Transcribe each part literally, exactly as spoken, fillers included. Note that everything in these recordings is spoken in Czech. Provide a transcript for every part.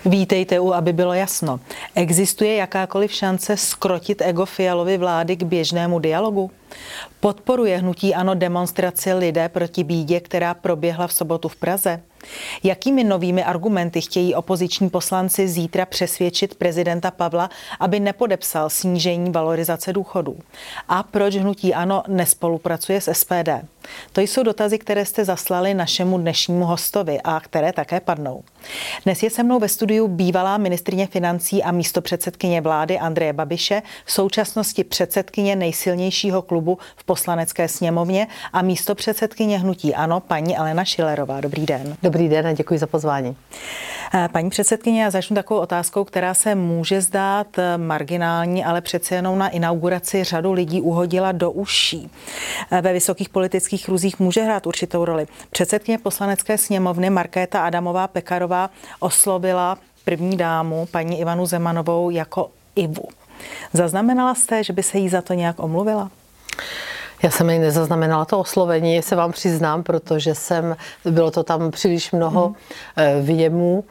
Vítejte u Aby bylo jasno. Existuje jakákoliv šance zkrotit ego Fialovy vlády k běžnému dialogu? Podporuje hnutí ANO demonstraci Lidé proti bídě, která proběhla v sobotu v Praze? Jakými novými argumenty chtějí opoziční poslanci zítra přesvědčit prezidenta Pavla, aby nepodepsal snížení valorizace důchodů? A proč hnutí ANO nespolupracuje s S P D? To jsou dotazy, které jste zaslali našemu dnešnímu hostovi a které také padnou. Dnes je se mnou ve studiu bývalá ministryně financí a místopředsedkyně vlády Andreje Babiše, v současnosti předsedkyně nejsilnějšího klubu v Poslanecké sněmovně a místopředsedkyně hnutí ANO paní Alena Schillerová. Dobrý den. Dobrý den a děkuji za pozvání. Paní předsedkyně, já začnu takovou otázkou, která se může zdát marginální, ale přece jenom na inauguraci řadu lidí uhodila do uší. Ve vysokých politických kruzích může hrát určitou roli. Předsedkyně Poslanecké sněmovny Markéta Adamová Pekarová oslovila první dámu, paní Ivanu Zemanovou, jako Ivu. Zaznamenala jste, že by se jí za to nějak omluvila? Já jsem ji nezaznamenala to oslovení, se vám přiznám, protože jsem, bylo to tam příliš mnoho mm. výjemů.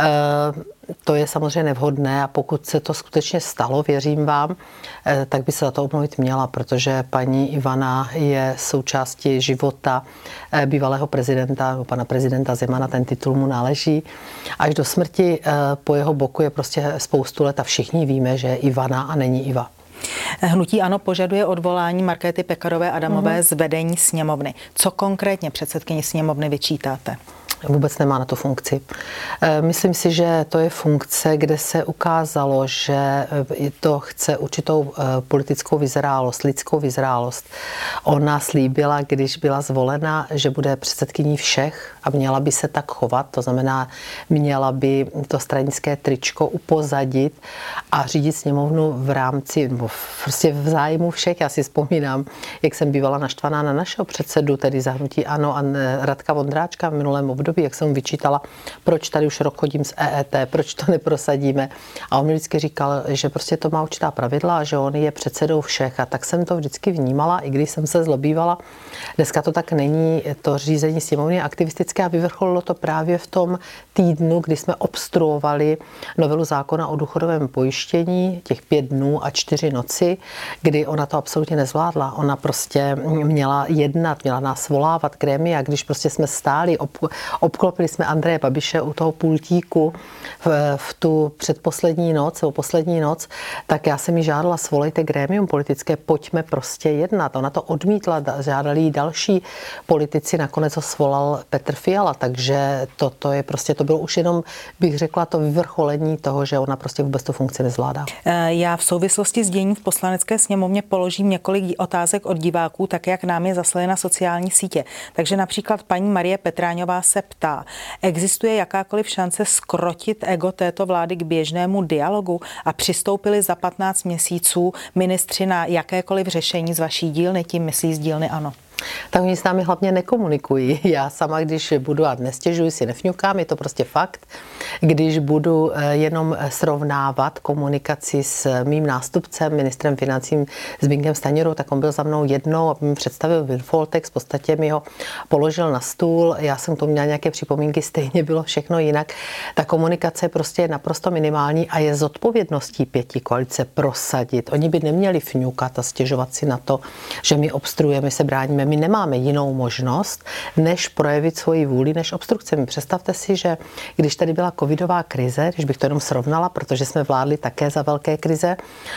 To je samozřejmě nevhodné a pokud se to skutečně stalo, věřím vám, tak by se za to omluvit měla, protože paní Ivana je součástí života bývalého prezidenta, pana prezidenta Zemana, ten titul mu náleží. Až do smrti po jeho boku je prostě spoustu let a všichni víme, že je Ivana a není Iva. Hnutí ANO požaduje odvolání Markéty Pekarové Adamové z vedení sněmovny. Co konkrétně předsedkyni sněmovny vyčítáte? Vůbec nemá na to funkci. Myslím si, že to je funkce, kde se ukázalo, že to chce určitou politickou vyzrálost, lidskou vyzrálost. Ona slíbila, když byla zvolena, že bude předsedkyní všech a měla by se tak chovat, to znamená, měla by to stranické tričko upozadit a řídit sněmovnu v rámci, nebo prostě v zájmu všech. Já si vzpomínám, jak jsem bývala naštvaná na našeho předsedu, tedy za hnutí ANO a Radka Vondráčka v minulém období, jak jsem mu vyčítala, proč tady už rok chodím s E E T, proč to neprosadíme. A on mi vždycky říkal, že prostě to má určitá pravidla a že on je předsedou všech. A tak jsem to vždycky vnímala, i když jsem se zlobívala. Dneska to tak není, to řízení sněmovny je aktivistické a vyvrcholilo to právě v tom týdnu, kdy jsme obstruovali novelu zákona o důchodovém pojištění, těch pět dnů a čtyři noci, kdy ona to absolutně nezvládla. Ona prostě měla jednat, měla nás svolávat grémia, když prostě jsme stáli, ob, obklopili jsme Andreje Babiše u toho pultíku v, v tu předposlední noc, nebo poslední noc, tak já jsem jí žádala, svolejte grémium politické, pojďme prostě jednat. Ona to odmítla, žádali jí další politici, nakonec ho svolal Petr Fiala, takže to, to je prostě, to bylo už jenom, bych řekla, to vyvrcholení toho, že ona prostě vůbec tu funkci nezvládá. Já v souvislosti s děním v Poslanecké sněmovně položím několik otázek od diváků, tak jak nám je zaslali na sociální sítě. Takže například paní Marie Petráňová se ptá, existuje jakákoliv šance zkrotit ego této vlády k běžnému dialogu a přistoupili za patnáct měsíců ministři na jakékoliv řešení z vaší dílny, tím myslí z dílny ANO? Tak oni s námi hlavně nekomunikují. Já sama, když budu, a nestěžuji si, nefňukám, je to prostě fakt, když budu jenom srovnávat komunikaci s mým nástupcem, ministrem financí Zbyňkem Stanjurou, tak on byl za mnou jednou, aby mi představil Windfall-text, v podstatě mi ho položil na stůl, já jsem to měla nějaké připomínky, stejně bylo všechno jinak. Ta komunikace prostě je naprosto minimální a je zodpovědností pěti koalice prosadit. Oni by neměli fňukat a stěžovat si na to, že my obstruujeme, se bráníme. My nemáme jinou možnost, než projevit svoji vůli, než obstrukcemi. Představte si, že když tady byla covidová krize, když bych to jenom srovnala, protože jsme vládli také za velké krize,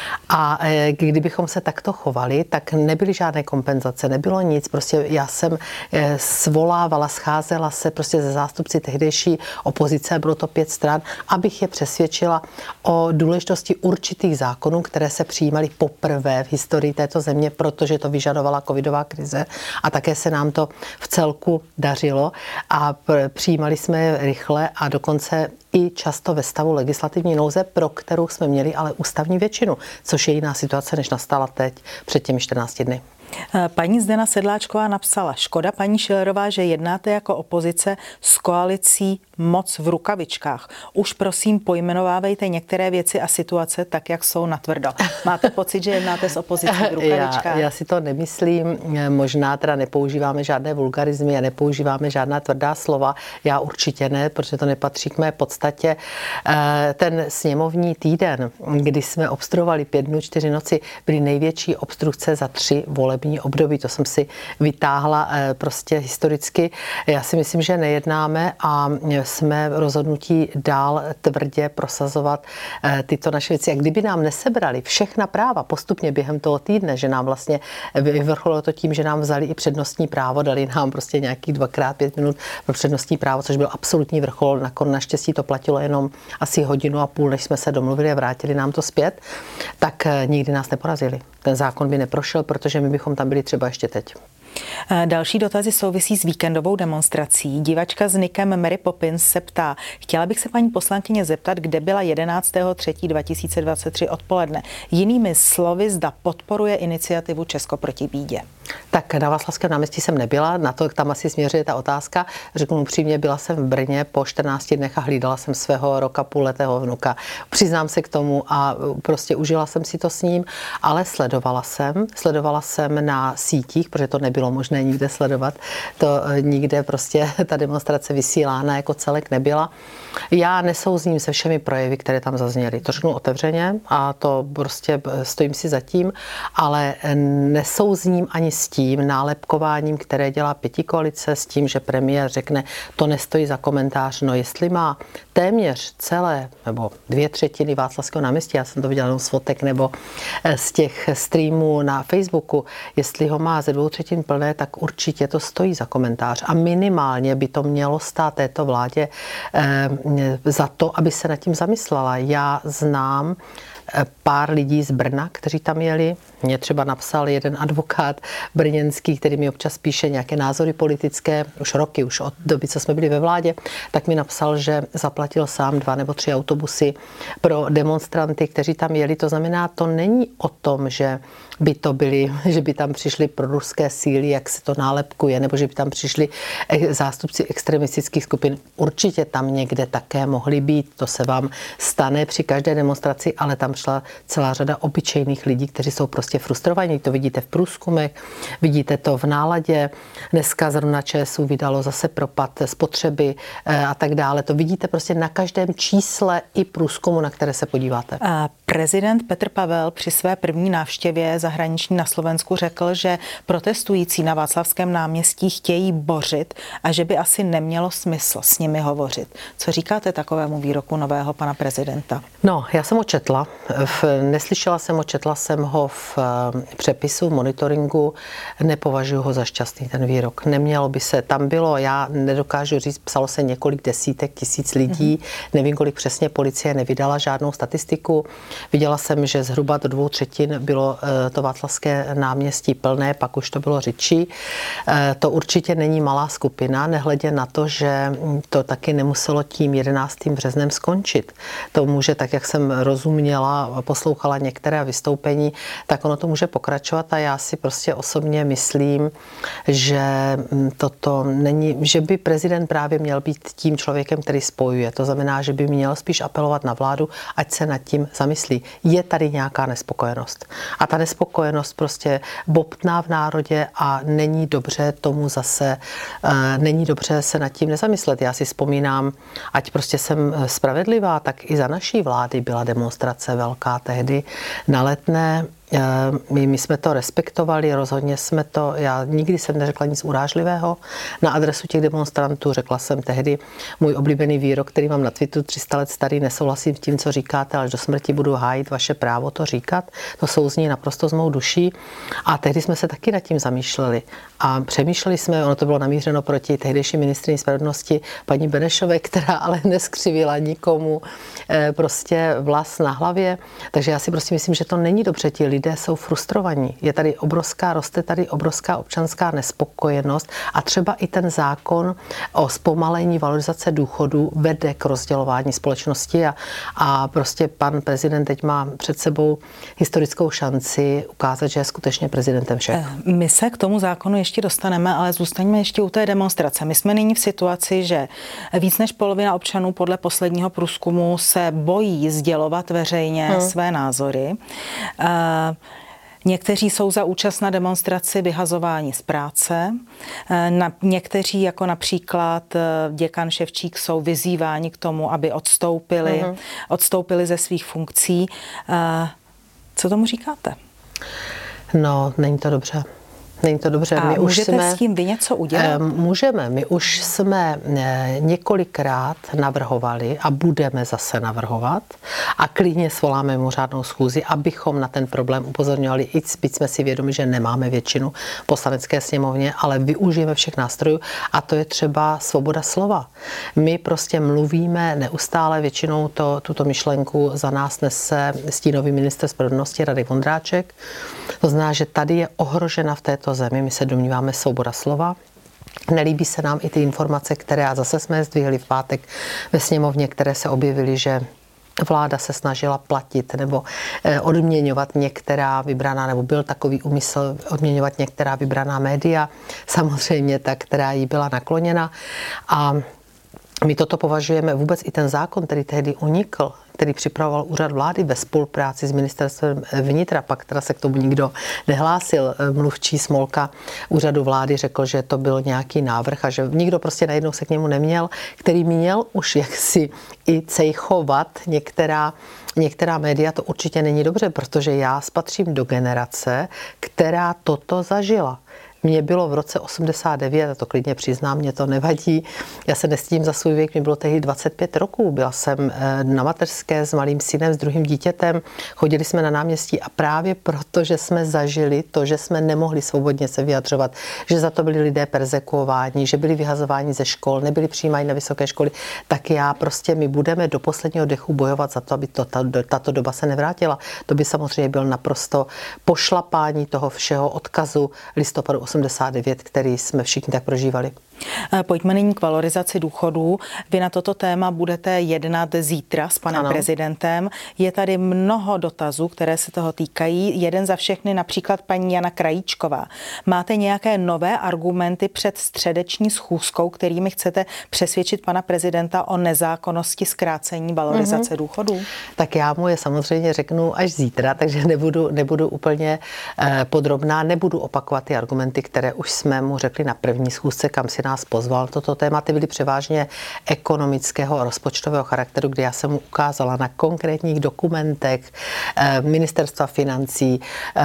a kdybychom se takto chovali, tak nebyly žádné kompenzace, nebylo nic. Prostě já jsem svolávala, scházela se prostě ze zástupci tehdejší opozice, bylo to pět stran, abych je přesvědčila o důležitosti určitých zákonů, které se přijímaly poprvé v historii této země, protože to vyžadovala covidová krize. A také se nám to v celku dařilo a přijímali jsme rychle a dokonce i často ve stavu legislativní nouze, pro kterou jsme měli ale ústavní většinu, což je jiná situace, než nastala teď před těmi čtrnácti dny. Paní Zdena Sedláčková napsala: škoda, paní Schillerová, že jednáte jako opozice s koalicí moc v rukavičkách. Už prosím pojmenovávejte některé věci a situace tak, jak jsou natvrdo. Máte pocit, že jednáte s opozicí v rukavičkách? Já, já si to nemyslím. Možná teda nepoužíváme žádné vulgarizmy a nepoužíváme žádná tvrdá slova. Já určitě ne, protože to nepatří k mé podstatě. Ten sněmovní týden, kdy jsme obstruovali pět dnů, čtyři noci, byly největší obstrukce za tři volební období. To jsem si vytáhla prostě historicky. Já si myslím, že nejednáme a jsme rozhodnutí dál tvrdě prosazovat tyto naše věci. A kdyby nám nesebrali všechna práva postupně během toho týdne, že nám vlastně vyvrcholilo to tím, že nám vzali i přednostní právo, dali nám prostě nějakých dvakrát pět minut pro přednostní právo, což byl absolutní vrchol. Nakonec naštěstí to platilo jenom asi hodinu a půl, než jsme se domluvili a vrátili nám to zpět, tak nikdy nás neporazili. Ten zákon by neprošel, protože my bychom tam byli třeba ještě teď. Další dotazy souvisí s víkendovou demonstrací. Divačka s nikem Mary Poppins se ptá: chtěla bych se paní poslankyně zeptat, kde byla jedenáctého třetího dva tisíce dvacet tři odpoledne. Jinými slovy, zda podporuje iniciativu Česko proti bídě. Tak na Václavském náměstí jsem nebyla, na to tam asi směřuje ta otázka. Řeknu upřímně, byla jsem v Brně po čtrnácti dnech a hlídala jsem svého roka půlletého vnuka. Přiznám se k tomu a prostě užila jsem si to s ním, ale sledovala jsem, sledovala jsem na sítích, protože to nebylo možné nikde sledovat. To nikde prostě ta demonstrace vysílána jako celek nebyla. Já nesouzním se všemi projevy, které tam zazněly. To řeknu otevřeně a to prostě stojím si za tím, ale nesouzním ani s tím nálepkováním, které dělá pětikoalice, s tím, že premiér řekne, to nestojí za komentář. No jestli má téměř celé, nebo dvě třetiny Václavského náměstí, já jsem to viděla jenom z fotek nebo z těch streamů na Facebooku, jestli ho má ze dvou třetin plné, tak určitě to stojí za komentář. A minimálně by to mělo stát této vládě eh, za to, aby se nad tím zamyslela. Já znám pár lidí z Brna, kteří tam jeli. Mě třeba napsal jeden advokát brněnský, který mi občas píše nějaké názory politické, už roky, už od doby, co jsme byli ve vládě, tak mi napsal, že zaplatil sám dva nebo tři autobusy pro demonstranty, kteří tam jeli. To znamená, to není o tom, že by to byli, že by tam přišli proruské síly, jak se to nálepkuje, nebo že by tam přišli zástupci extremistických skupin. Určitě tam někde také mohli být, to se vám stane při každé demonstraci, ale tam šla celá řada obyčejných lidí, kteří jsou prostě frustrovaní. To vidíte v průzkumech, vidíte to v náladě. Dneska zrovna ČSÚ vydalo zase propad spotřeby a tak dále. To vidíte prostě na každém čísle i průzkumu, na které se podíváte. A prezident Petr Pavel při své první návštěvě zahraniční na Slovensku řekl, že protestující na Václavském náměstí chtějí bořit a že by asi nemělo smysl s nimi hovořit. Co říkáte takovému výroku nového pana prezidenta? No, já jsem ho četla. Neslyšela jsem ho, četla jsem ho v přepisu, v monitoringu. Nepovažuji ho za šťastný, ten výrok. Nemělo by se, tam bylo, já nedokážu říct, psalo se několik desítek tisíc lidí, mm-hmm. nevím, kolik přesně, policie nevydala žádnou statistiku. Viděla jsem, že zhruba do dvou třetin bylo to Václavské náměstí plné, pak už to bylo řidší. To určitě není malá skupina, nehledě na to, že to taky nemuselo tím jedenáctým březnem skončit. To může, tak jak jsem rozuměla a poslouchala některé vystoupení, tak ono to může pokračovat a já si prostě osobně myslím, že toto není, že by prezident právě měl být tím člověkem, který spojuje. To znamená, že by měl spíš apelovat na vládu, ať se nad tím zamyslí. Je tady nějaká nespokojenost. A ta nespokojenost prostě bobtná v národě a není dobře tomu zase, není dobře se nad tím nezamyslet. Já si vzpomínám, ať prostě jsem spravedlivá, tak i za naší vlády byla demonstrace velká tehdy na Letné. My, my jsme to respektovali, rozhodně jsme to, já nikdy jsem neřekla nic urážlivého na adresu těch demonstrantů, řekla jsem tehdy můj oblíbený výrok, který mám na Twitteru tři sta let starý, nesouhlasím s tím, co říkáte, ale až do smrti budu hájit vaše právo to říkat, to souzní naprosto s mou duší a tehdy jsme se taky nad tím zamýšleli a přemýšleli jsme, ono to bylo namířeno proti tehdejší ministryni spravedlnosti paní Benešové, která ale neskřivila nikomu prostě vlas na hlavě, takže já si prostě myslím, že to není dobře, ti lidé lidé jsou frustrovaní. Je tady obrovská, roste tady obrovská občanská nespokojenost a třeba i ten zákon o zpomalení valorizace důchodů vede k rozdělování společnosti a, a prostě pan prezident teď má před sebou historickou šanci ukázat, že je skutečně prezidentem všech. My se k tomu zákonu ještě dostaneme, ale zůstaňme ještě u té demonstrace. My jsme nyní v situaci, že víc než polovina občanů podle posledního průzkumu se bojí sdělovat veřejně hmm. své názory. Uh, Někteří jsou za účast na demonstraci vyhazování z práce. Na, někteří, jako například děkan Ševčík, jsou vyzýváni k tomu, aby odstoupili, uh-huh. odstoupili ze svých funkcí. Co tomu říkáte? No, není to dobře. Není to dobře. A my můžete už jsme, s tím vy něco udělat? Můžeme. My už jsme několikrát navrhovali a budeme zase navrhovat a klidně svoláme mimořádnou schůzi, abychom na ten problém upozorňovali. I byť jsme si vědomi, že nemáme většinu v Poslanecké sněmovně, ale využijeme všech nástrojů a to je třeba svoboda slova. My prostě mluvíme neustále, většinou to, tuto myšlenku za nás nese stínový ministr spravedlnosti Radek Vondráček. To znamená, že tady je ohrožena v této zemi, my se domníváme, svoboda slova. Nelíbí se nám i ty informace, které, a zase jsme zdvihli v pátek ve sněmovně, které se objevily, že vláda se snažila platit nebo odměňovat některá vybraná, nebo byl takový úmysl odměňovat některá vybraná média, samozřejmě ta, která jí byla nakloněna. A my toto považujeme, vůbec i ten zákon, který tehdy unikl, který připravoval úřad vlády ve spolupráci s ministerstvem vnitra, pak teda se k tomu nikdo nehlásil. Mluvčí Smolka úřadu vlády řekl, že to byl nějaký návrh a že nikdo prostě najednou se k němu neměl, který měl už jaksi i cejchovat některá Některá média. To určitě není dobře, protože já spatřím do generace, která toto zažila. Mně bylo v roce osmdesát devět, a to klidně přiznám, mě to nevadí. Já se nestydím za svůj věk, mi bylo tehdy dvacet pět roků. Byla jsem na mateřské s malým synem, s druhým dítětem. Chodili jsme na náměstí a právě proto, že jsme zažili to, že jsme nemohli svobodně se vyjadřovat, že za to byli lidé perzekuováni, že byli vyhazováni ze škol, nebyli přijímáni na vysoké školy, tak já prostě, my budeme do posledního dechu bojovat za to, aby to, tato doba se nevrátila. To by samozřejmě byl naprosto pošlapání toho všeho odkazu listopadu osmdesát devět, který jsme všichni tak prožívali. Pojďme nyní k valorizaci důchodů. Vy na toto téma budete jednat zítra s panem ano. prezidentem. Je tady mnoho dotazů, které se toho týkají. Jeden za všechny, například paní Jana Krajíčková. Máte nějaké nové argumenty před středeční schůzkou, kterými chcete přesvědčit pana prezidenta o nezákonnosti zkrácení valorizace mm-hmm. důchodů? Tak já mu je samozřejmě řeknu až zítra, takže nebudu, nebudu úplně eh, podrobná, nebudu opakovat ty argumenty, které už jsme mu řekli na první schůzce, kam si nás pozval. Toto tématy byly převážně ekonomického a rozpočtového charakteru, kdy já jsem mu ukázala na konkrétních dokumentech ministerstva financí,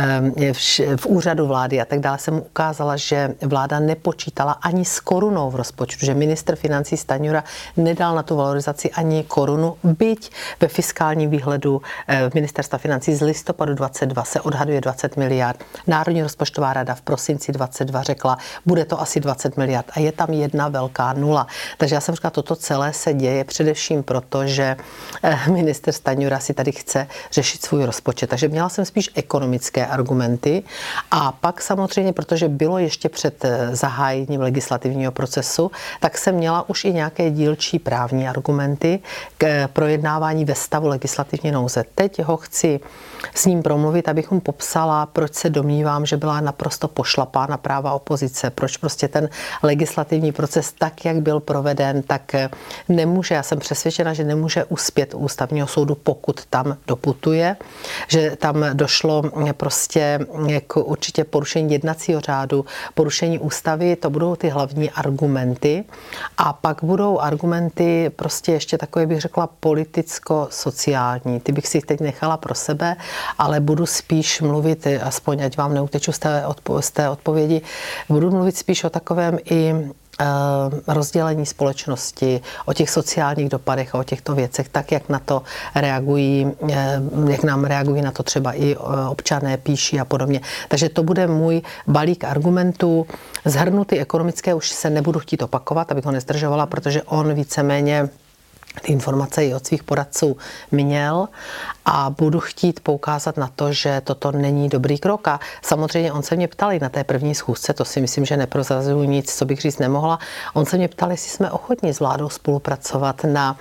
v úřadu vlády a tak dále, jsem mu ukázala, že vláda nepočítala ani s korunou v rozpočtu, že ministr financí Stanjura nedal na tu valorizaci ani korunu, byť ve fiskálním výhledu ministerstva financí z listopadu dvacet dva se odhaduje dvacet miliard. Národní rozpočtová rada v prosinci dvacet dva řekla, bude to asi dvacet miliard a je tam jedna velká nula. Takže já jsem říkala, toto celé se děje především proto, že minister Stanjura si tady chce řešit svůj rozpočet. Takže měla jsem spíš ekonomické argumenty a pak samozřejmě, protože bylo ještě před zahájením legislativního procesu, tak jsem měla už i nějaké dílčí právní argumenty k projednávání ve stavu legislativní nouze. Teď ho chci s ním promluvit, abych mu popsala, proč se domnívám, že byla naprosto pošlapána práva opozice, proč prostě ten legislativní proces tak, jak byl proveden, tak nemůže, já jsem přesvědčena, že nemůže uspět u ústavního soudu, pokud tam doputuje, že tam došlo prostě k určitě porušení jednacího řádu, porušení ústavy, to budou ty hlavní argumenty a pak budou argumenty prostě ještě takové, bych řekla, politicko-sociální. Ty bych si teď nechala pro sebe, ale budu spíš mluvit, aspoň ať vám neuteču z té, odpo- z té odpovědi, budu mluvit spíš o takovém i rozdělení společnosti, o těch sociálních dopadech a o těchto věcech, tak, jak na to reagují, jak nám reagují na to třeba i občané, píší a podobně. Takže to bude můj balík argumentů. Zhrnuty ekonomické už se nebudu chtít opakovat, abych ho nezdržovala, protože on víceméně ty informace i od svých poradců měl a budu chtít poukázat na to, že toto není dobrý krok. A samozřejmě on se mě ptal i na té první schůzce, to si myslím, že neprozrazuju nic, co bych říct nemohla. On se mě ptal, jestli jsme ochotní s vládou spolupracovat na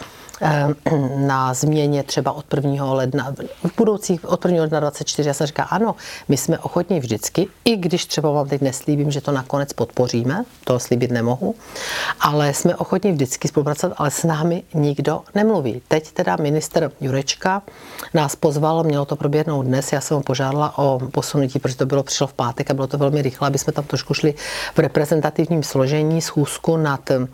na změně třeba od prvního ledna, v budoucích od prvního ledna dvacet čtyři. Já jsem říkala, ano, my jsme ochotní vždycky, i když třeba vám teď neslíbím, že to nakonec podpoříme, to slíbit nemohu, ale jsme ochotní vždycky spolupracovat, ale s námi nikdo nemluví. Teď teda ministr Jurečka nás pozval, mělo to proběhnout dnes, já jsem ho požádala o posunutí, protože to bylo přišlo v pátek a bylo to velmi rychle, aby jsme tam trošku šli v reprezentativním složení schůzku nad uh,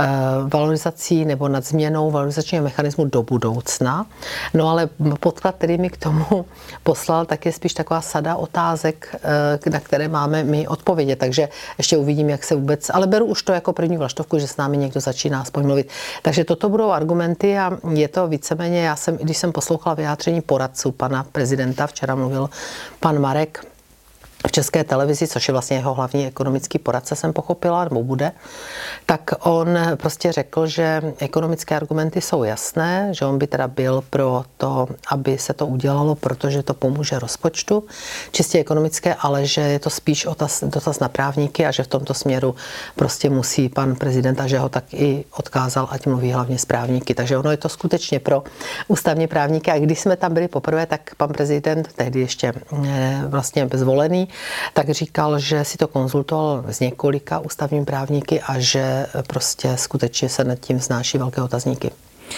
valorizací nebo nad změnou valorizační mechanismu do budoucna. No ale podklad, který mi k tomu poslal, tak je spíš taková sada otázek, na které máme my odpovědět. Takže ještě uvidím, jak se vůbec, ale beru už to jako první vlaštovku, že s námi někdo začíná aspoň mluvit. Takže toto budou argumenty a je to víceméně, já jsem, když jsem poslouchala vyjádření poradců pana prezidenta, včera mluvil pan Marek v České televizi, což je vlastně jeho hlavní ekonomický poradce, jsem pochopila, nebo bude, tak on prostě řekl, že ekonomické argumenty jsou jasné, že on by teda byl pro to, aby se to udělalo, protože to pomůže rozpočtu, čistě ekonomické, ale že je to spíš otaz, dotaz na právníky a že v tomto směru prostě musí pan prezident a že ho tak i odkázal, ať mluví hlavně s právníky. Takže ono je to skutečně pro ústavní právníky. A když jsme tam byli poprvé, tak pan prezident, tehdy ještě vlastně zvolený, tak říkal, že si to konzultoval s několika ústavními právníky a že prostě skutečně se nad tím vznáší velké otazníky.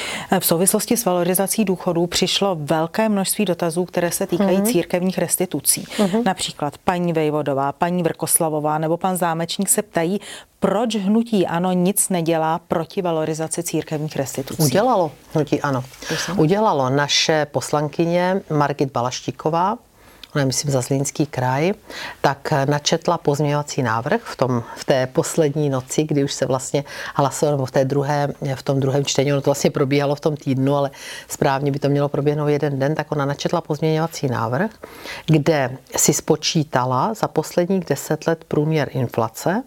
V souvislosti s valorizací důchodů přišlo velké množství dotazů, které se týkají mm-hmm. církevních restitucí. Mm-hmm. Například paní Vejvodová, paní Vrkoslavová nebo pan Zámečník se ptají, proč hnutí ANO nic nedělá proti valorizaci církevních restitucí. Udělalo hnutí ANO. Udělalo naše poslankyně Margit Balaštíková, ona je, myslím, za Zlínský kraj, tak načetla pozměňovací návrh v, tom, v té poslední noci, kdy už se vlastně hlasovalo, nebo v, té druhé, v tom druhém čtení, ono to vlastně probíhalo v tom týdnu, ale správně by to mělo proběhnout jeden den, tak ona načetla pozměňovací návrh, kde si spočítala za posledních deset let průměr inflace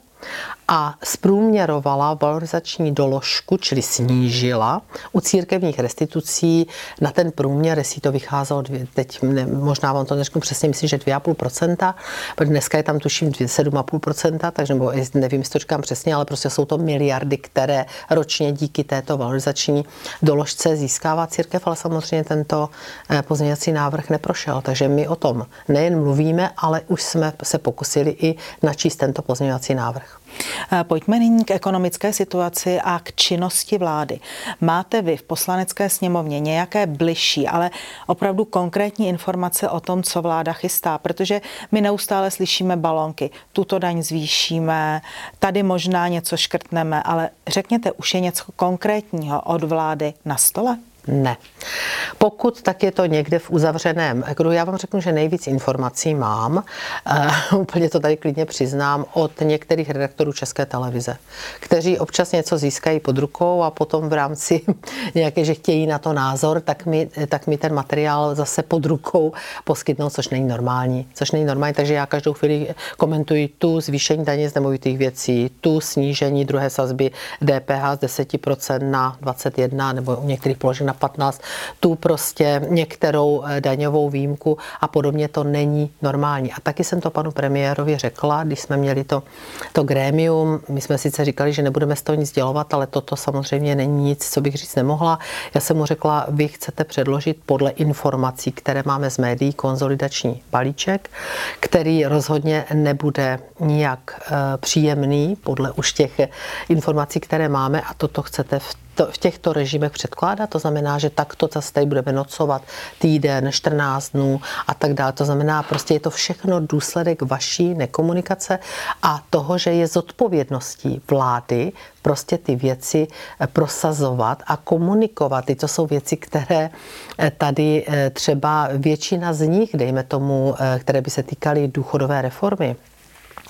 a zprůměrovala valorizační doložku, čili snížila u církevních restitucí na ten průměr, jestli to vycházelo, teď ne, možná vám to neřeknu přesně, myslím, že dvě a půl procenta, protože dneska je tam tuším sedm a půl procenta, takže nebo nevím, jestli to říkám přesně, ale prostě jsou to miliardy, které ročně díky této valorizační doložce získává církev, ale samozřejmě tento pozměňovací návrh neprošel, takže my o tom nejen mluvíme, ale už jsme se pokusili i načíst tento pozměňovací návrh. Pojďme nyní k ekonomické situaci a k činnosti vlády. Máte vy v Poslanecké sněmovně nějaké bližší, ale opravdu konkrétní informace o tom, co vláda chystá? Protože my neustále slyšíme balonky. Tuto daň zvýšíme, tady možná něco škrtneme, ale řekněte, už je něco konkrétního od vlády na stole? Ne. Pokud, tak je to někde v uzavřeném kruhu. Já vám řeknu, že nejvíc informací mám, uh, úplně to tady klidně přiznám, od některých redaktorů České televize, kteří občas něco získají pod rukou a potom v rámci nějaké, že chtějí na to názor, tak mi, tak mi ten materiál zase pod rukou poskytnou, což není normální. Což není normální, takže já každou chvíli komentuji tu zvýšení daně z nemovitých věcí, tu snížení druhé sazby D P H z deset procent na dvacet jedna nebo u některých položek na patnáct, tu prostě některou daňovou výjimku a podobně, to není normální. A taky jsem to panu premiérovi řekla, když jsme měli to, to grémium, my jsme sice říkali, že nebudeme z toho nic dělovat, ale toto samozřejmě není nic, co bych říct nemohla. Já jsem mu řekla, vy chcete předložit podle informací, které máme z médií, konsolidační balíček, který rozhodně nebude nijak příjemný podle už těch informací, které máme a toto chcete v To, v těchto režimech předkládat, to znamená, že takto zase tady budeme nocovat týden, čtrnáct dnů a tak dále. To znamená, prostě je to všechno důsledek vaší nekomunikace a toho, že je zodpovědností vlády prostě ty věci prosazovat a komunikovat. Ty to jsou věci, které tady třeba většina z nich, dejme tomu, které by se týkaly důchodové reformy,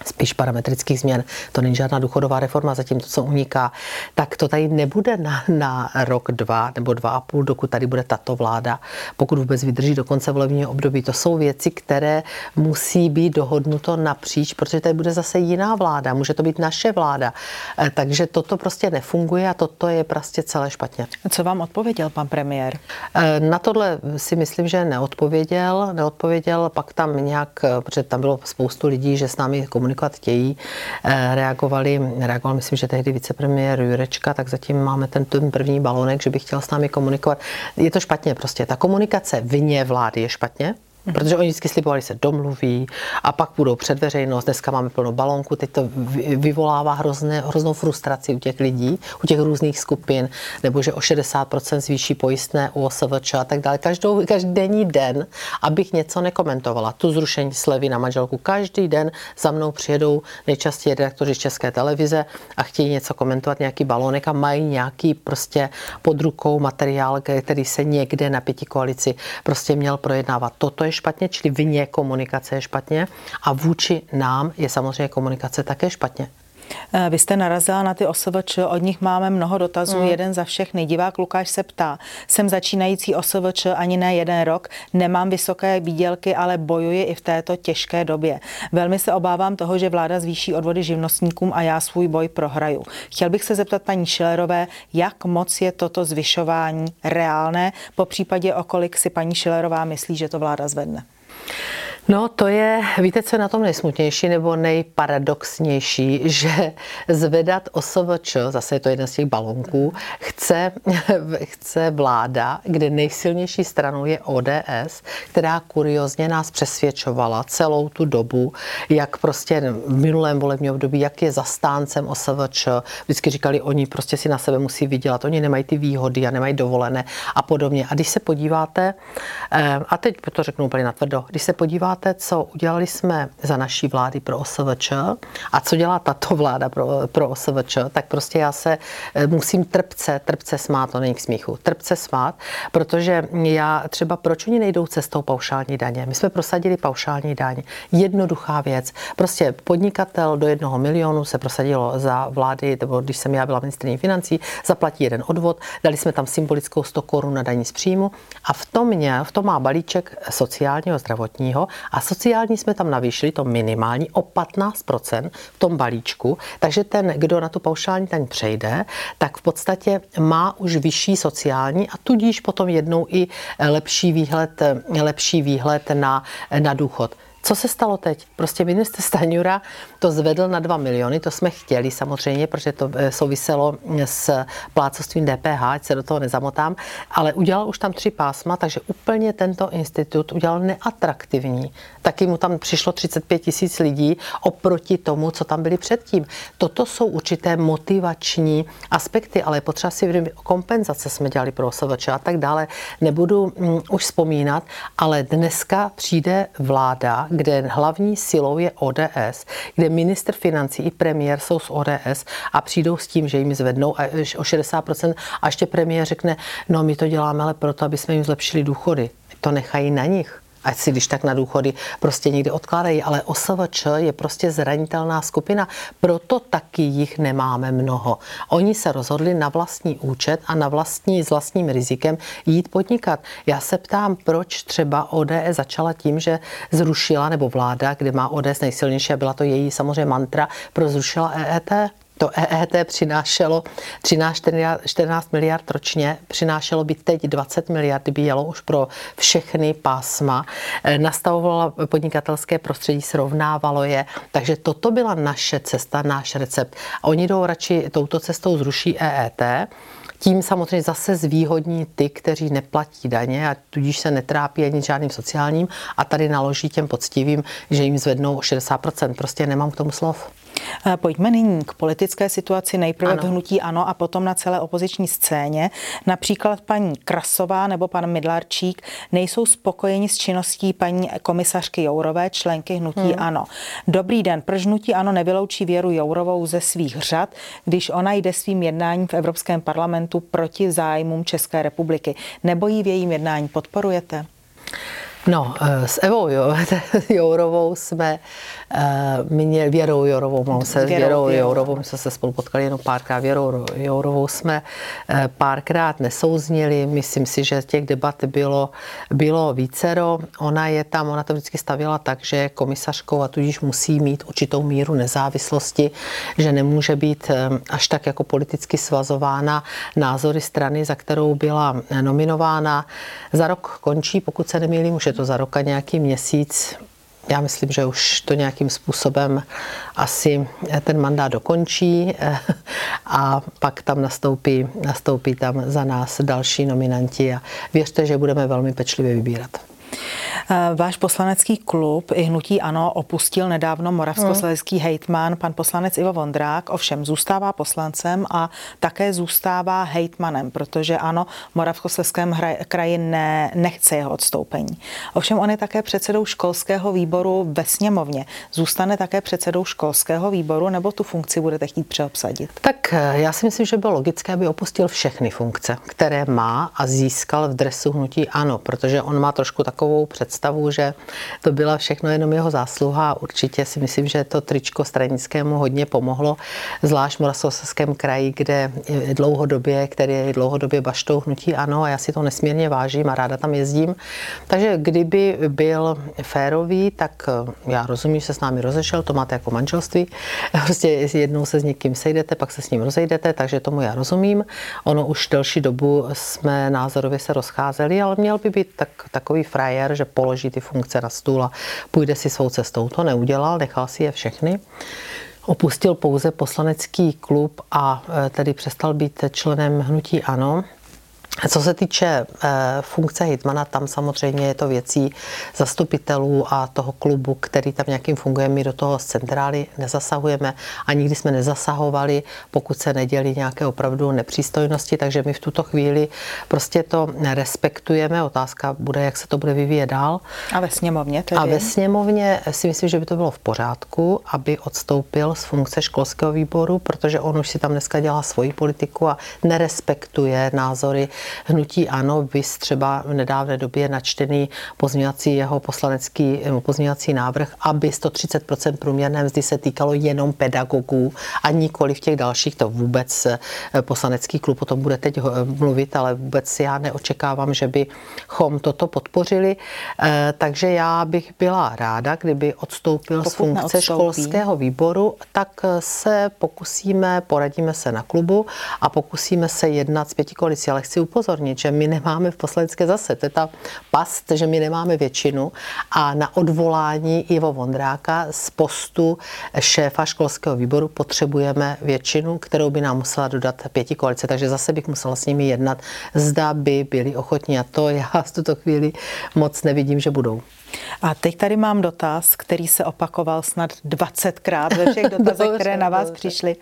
spíš parametrických změn, to není žádná důchodová reforma, zatím to, co uniká, tak to tady nebude na, na rok, dva nebo dva a půl, dokud tady bude tato vláda, pokud vůbec vydrží do konce volebního období. To jsou věci, které musí být dohodnuto napříč, protože tady bude zase jiná vláda, může to být naše vláda. Takže toto prostě nefunguje a toto je prostě celé špatně. Co vám odpověděl pan premiér? Na tohle si myslím, že neodpověděl. Neodpověděl, pak tam nějak, protože tam bylo spoustu lidí, že s námi komunikovat chtějí, reagovali, reagoval, myslím, že tehdy vicepremiér Jurečka, tak zatím máme ten, ten první balonek, že by chtěl s námi komunikovat. Je to špatně prostě. Ta komunikace vně vlády je špatně. Protože oni vždycky slibovali, se domluví a pak budou před veřejnost. Dneska máme plnou balonku, teď to vyvolává hrozné, hroznou frustraci u těch lidí, u těch různých skupin, nebo že o šedesát procent zvýší pojistné u O S V Č a tak dále. Každou, každý denní den, abych něco nekomentovala. Tu zrušení slevy na manželku. Každý den za mnou přijedou nejčastěji redaktoři z České televize a chtějí něco komentovat, nějaký balonek a mají nějaký prostě pod rukou materiál, který se někde na pětikoalici prostě měl projednávat. Toto je špatně, čili vně komunikace je špatně a vůči nám je samozřejmě komunikace také špatně. Vy jste narazila na ty O S V Č, od nich máme mnoho dotazů, mm. jeden za všechny. Divák Lukáš se ptá, jsem začínající O S V Č ani ne jeden rok, nemám vysoké výdělky, ale bojuji i v této těžké době. Velmi se obávám toho, že vláda zvýší odvody živnostníkům a já svůj boj prohraju. Chtěl bych se zeptat paní Schillerové, jak moc je toto zvyšování reálné, po případě o kolik si paní Schillerová myslí, že to vláda zvedne? No to je, víte, co je na tom nejsmutnější nebo nejparadoxnější, že zvedat O S V Č, zase je to jeden z těch balonků, chce, chce vláda, kde nejsilnější stranou je O D S, která kuriozně nás přesvědčovala celou tu dobu, jak prostě v minulém volebním období, jak je zastáncem O S V Č. Vždycky říkali, oni prostě si na sebe musí vydělat, oni nemají ty výhody a nemají dovolené a podobně. A když se podíváte, a teď to řeknu úplně natvrdo, když se podíváte, co udělali jsme za naší vlády pro O S V Č a co dělá tato vláda pro, pro O S V Č, tak prostě já se musím trpce, trpce smát, to není k smíchu, trpce smát, protože já třeba, proč oni nejdou cestou paušální daně? My jsme prosadili paušální daň. Jednoduchá věc. Prostě podnikatel do jednoho milionu se prosadilo za vlády, nebo když jsem já byla ministryní financí, zaplatí jeden odvod, dali jsme tam symbolickou sto korun na daní z příjmu a v tom, mě, v tom má balíček sociálního, zdravotního a sociální jsme tam navýšili to minimální o patnáct procent v tom balíčku, takže ten, kdo na tu paušální daň přejde, tak v podstatě má už vyšší sociální a tudíž potom jednou i lepší výhled, lepší výhled na, na důchod. Co se stalo teď? Prostě ministr Stanjura to zvedl na dva miliony, to jsme chtěli samozřejmě, protože to souviselo s plátcovstvím D P H, ať se do toho nezamotám, ale udělal už tam tři pásma, takže úplně tento institut udělal neatraktivní. Taky mu tam přišlo třicet pět tisíc lidí oproti tomu, co tam byli předtím. Toto jsou určité motivační aspekty, ale potřeba si vědomit, kompenzace jsme dělali pro O S V Č a tak dále. Nebudu um, už vzpomínat, ale dneska přijde vláda, kde hlavní silou je O D S, kde ministr financí i premiér jsou z O D S a přijdou s tím, že jim zvednou o šedesát procent a ještě premiér řekne, no my to děláme ale proto, aby jsme jim zlepšili důchody. To nechají na nich. Ať si když tak na důchody prostě někde odkládají, ale O S V Č je prostě zranitelná skupina, proto taky jich nemáme mnoho. Oni se rozhodli na vlastní účet a na vlastní, s vlastním rizikem jít podnikat. Já se ptám, proč třeba O D S začala tím, že zrušila, nebo vláda, kde má O D S nejsilnější a byla to její samozřejmě mantra, pro zrušila E E T. To E E T přinášelo třináct čtrnáct miliard ročně, přinášelo by teď dvacet miliard, kdyby jelo už pro všechny pásma, nastavovalo podnikatelské prostředí, srovnávalo je, takže toto byla naše cesta, náš recept. A oni jdou radši touto cestou, zruší E E T, tím samozřejmě zase zvýhodní ty, kteří neplatí daně a tudíž se netrápí ani žádným sociálním a tady naloží těm poctivým, že jim zvednou o šedesát procent. Prostě nemám k tomu slov. Pojďme nyní k politické situaci, nejprve ano. v hnutí ANO a potom na celé opoziční scéně. Například paní Krasová nebo pan Midlarčík nejsou spokojeni s činností paní komisařky Jourové, členky hnutí hmm. ANO. Dobrý den, proč hnutí ANO nevyloučí Věru Jourovou ze svých řad, když ona jde svým jednáním v Evropském parlamentu proti zájmům České republiky? Nebo ji v jejím jednání podporujete? No, s Evou Jourovou jsme měli, Věrou Jourovou, mám se, s Věrou Jourovou, my jsme se spolu potkali jenom párkrát, Věrou Jourovou jsme párkrát nesouznili, myslím si, že těch debat bylo, bylo vícero. Ona je tam, ona to vždycky stavěla tak, že je komisařkou a tudíž musí mít určitou míru nezávislosti, že nemůže být až tak jako politicky svazována názory strany, za kterou byla nominována. Za rok končí, pokud se nemýlím, už je to za rok a nějaký měsíc. Já myslím, že už to nějakým způsobem asi ten mandát dokončí a pak tam nastoupí, nastoupí tam za nás další nominanti a věřte, že budeme velmi pečlivě vybírat. Váš poslanecký klub i hnutí ANO opustil nedávno moravskoslezský hejtman pan poslanec Ivo Vondrák, ovšem zůstává poslancem a také zůstává hejtmanem, protože ANO v Moravskoslezském kraji ne, nechce jeho odstoupení. Ovšem on je také předsedou školského výboru ve sněmovně. Zůstane také předsedou školského výboru, nebo tu funkci budete chtít přeobsadit? Tak já si myslím, že bylo logické, aby opustil všechny funkce, které má a získal v dresu hnutí ANO, protože on má trošku takovou představu, že to byla všechno jenom jeho zásluha. Určitě si myslím, že to tričko stranickému hodně pomohlo, zvlášť v Moravskoslezském kraji, kde je dlouhodobě, který je dlouhodobě baštou hnutí ANO a já si to nesmírně vážím a ráda tam jezdím. Takže kdyby byl férový, tak já rozumím, že se s námi rozešel, to máte jako manželství. Prostě jednou se s někým sejdete, pak se s ním rozejdete, takže tomu já rozumím. Ono už delší dobu jsme názorově se rozcházeli, ale měl by být tak, takový frajer, že položí ty funkce na stůl a půjde si svou cestou. To neudělal, nechal si je všechny. Opustil pouze poslanecký klub a tedy přestal být členem hnutí ANO. Co se týče funkce hejtmana, tam samozřejmě je to věcí zastupitelů a toho klubu, který tam nějakým funguje. My do toho z centrály nezasahujeme a nikdy jsme nezasahovali, pokud se neděli nějaké opravdu nepřístojnosti, takže my v tuto chvíli prostě to respektujeme. Otázka bude, jak se to bude vyvíjet dál. A ve sněmovně tedy? A ve sněmovně si myslím, že by to bylo v pořádku, aby odstoupil z funkce školského výboru, protože on už si tam dneska dělá svoji politiku a nerespektuje názory hnutí ANO, vys třeba v nedávné době načtený pozměňovací jeho poslanecký pozměňovací návrh, aby sto třicet procent průměrné mzdy se týkalo jenom pedagogů a nikoli v těch dalších. To vůbec poslanecký klub o tom bude teď mluvit, ale vůbec já neočekávám, že bychom toto podpořili. Takže já bych byla ráda, kdyby odstoupil Pokud z funkce neodstoupí. školského výboru, tak se pokusíme, poradíme se na klubu a pokusíme se jednat s pětikoalicí, ale chci upozornit, že my nemáme v poslanecké zase, to je ta past, že my nemáme většinu a na odvolání Ivo Vondráka z postu šéfa školského výboru potřebujeme většinu, kterou by nám musela dodat pětikoalice, takže zase bych musela s nimi jednat, zda by byli ochotní a to já v tuto chvíli moc nevidím, že budou. A teď tady mám dotaz, který se opakoval snad dvacetkrát ve všech dotazech, které na vás přišly.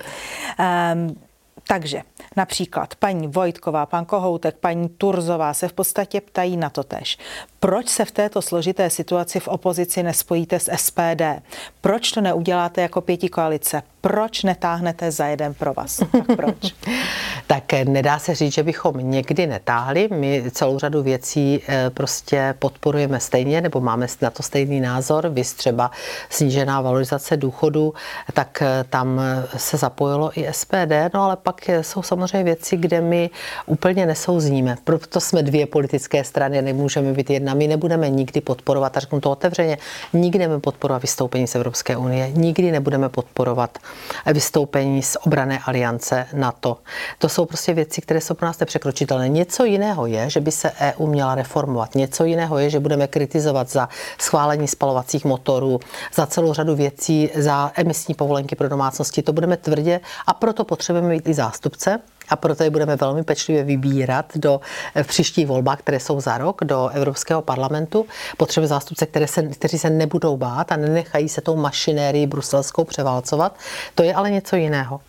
Um, Takže například paní Vojtková, pan Kohoutek, paní Turzová se v podstatě ptají na to též. Proč se v této složité situaci v opozici nespojíte s S P D? Proč to neuděláte jako pětikoalice? Proč netáhnete za jeden provaz? Tak proč? Tak nedá se říct, že bychom někdy netáhli. My celou řadu věcí prostě podporujeme stejně, nebo máme na to stejný názor. Vy třeba snížená valorizace důchodu, tak tam se zapojilo i S P D, no ale pak jsou samozřejmě věci, kde my úplně nesouzníme. Proto jsme dvě politické strany, nemůžeme být jedna. My nebudeme nikdy podporovat, a řeknu to otevřeně, nikdy nebudeme podporovat vystoupení z Evropské unie, nikdy nebudeme podporovat vystoupení z obranné aliance NATO. To jsou prostě věci, které jsou pro nás nepřekročitelné. Něco jiného je, že by se E U měla reformovat. Něco jiného je, že budeme kritizovat za schválení spalovacích motorů, za celou řadu věcí, za emisní povolenky pro domácnosti. To budeme tvrdě a proto potřebujeme mít i zástupce. A proto je budeme velmi pečlivě vybírat do v příštích volbách, které jsou za rok, do Evropského parlamentu. Potřebujeme zástupce, které se, kteří se nebudou bát a nenechají se tou mašinérií bruselskou převálcovat. To je ale něco jiného.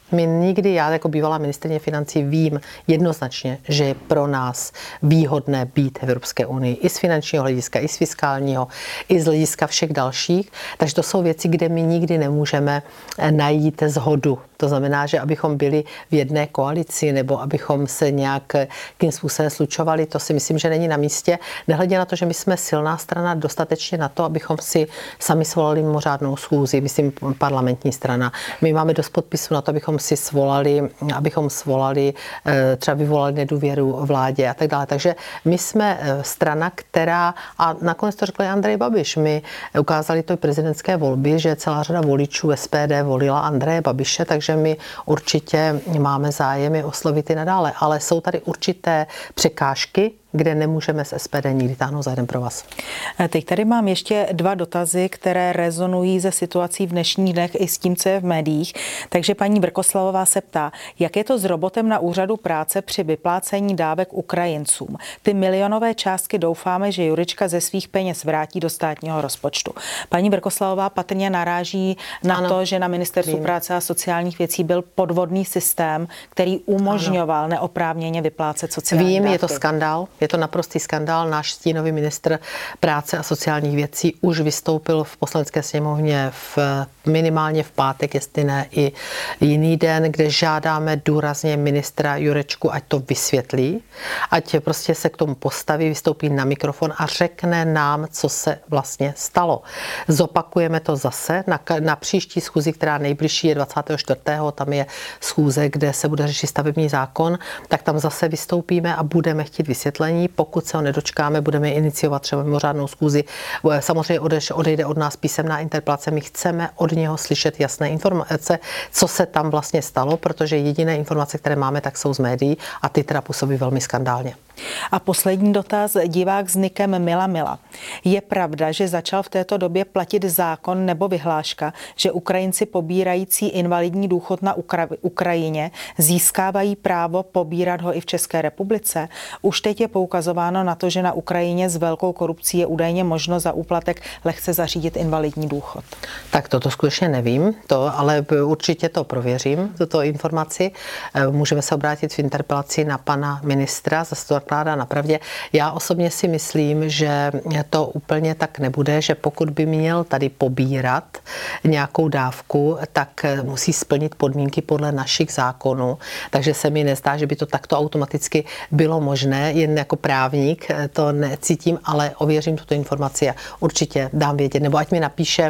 My nikdy, já jako bývalá ministryně financí vím jednoznačně, že je pro nás výhodné být v Evropské unii i z finančního hlediska, i z fiskálního, i z hlediska všech dalších. Takže to jsou věci, kde my nikdy nemůžeme najít shodu. To znamená, že abychom byli v jedné koalici nebo abychom se nějakým způsobem slučovali, to si myslím, že není na místě. Nehledě na to, že my jsme silná strana dostatečně na to, abychom si sami svolali mimořádnou schůzi, myslím parlamentní strana. My máme dost podpisů na to, abychom si svolali, abychom svolali, třeba vyvolali nedůvěru vládě a tak dále. Takže my jsme strana, která, a nakonec to řekl Andrej Babiš, my ukázali to i prezidentské volby, že celá řada voličů S P D volila Andreje Babiše, takže my určitě máme zájem je oslovit i nadále, ale jsou tady určité překážky, kde nemůžeme z S P D nikdy táhnout za jeden pro vás. Teď tady mám ještě dva dotazy, které rezonují ze situací v dnešních dnech i s tím, co je v médiích. Takže paní Vrkoslavová se ptá, jak je to s robotem na úřadu práce při vyplácení dávek Ukrajincům. Ty milionové částky doufáme, že Jurečka ze svých peněz vrátí do státního rozpočtu. Paní Vrkoslavová patrně naráží na ano, to, že na Ministerstvu vím. práce a sociálních věcí byl podvodný systém, který umožňoval ano. neoprávněně vyplácet sociální Vím, dávky. je to skandál. Je to naprostý skandál. Náš stínový ministr práce a sociálních věcí už vystoupil v Poslanecké sněmovně v, minimálně v pátek, jestli ne i jiný den, kde žádáme důrazně ministra Jurečku, ať to vysvětlí, ať prostě se k tomu postaví, vystoupí na mikrofon a řekne nám, co se vlastně stalo. Zopakujeme to zase na, na příští schůzi, která nejbližší je dvacátého čtvrtého Tam je schůze, kde se bude řešit stavební zákon, tak tam zase vystoupíme a budeme chtít vysvětlení. Pokud se ho nedočkáme, budeme iniciovat třeba mimořádnou schůzi. Samozřejmě odejde od nás písemná interpelace. My chceme od něho slyšet jasné informace, co se tam vlastně stalo, protože jediné informace, které máme, tak jsou z médií a ty teda působí velmi skandálně. A poslední dotaz, divák s nikem Mila Mila. Je pravda, že začal v této době platit zákon nebo vyhláška, že Ukrajinci pobírající invalidní důchod na Ukra- Ukrajině získávají právo pobírat ho i v České republice? Už teď je poukazováno na to, že na Ukrajině s velkou korupcí je údajně možno za úplatek lehce zařídit invalidní důchod. Tak toto skutečně nevím, to, ale určitě to prověřím, tuto informaci. Můžeme se obrátit v interpelaci na pana ministra, zase to nakládá na pravdě. Já osobně si myslím, že to úplně tak nebude, že pokud by měl tady pobírat nějakou dávku, tak musí splnit podmínky podle našich zákonů. Takže se mi nezdá, že by to takto automaticky bylo možné. Jen jako právník to necítím, ale ověřím tuto informaci a určitě dám vědět. Nebo ať mi napíše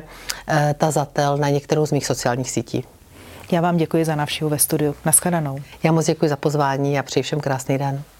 tazatel na některou z mých sociálních sítí. Já vám děkuji za návštěvu ve studiu. Naschledanou. Já moc děkuji za pozvání a přeji všem krásný den.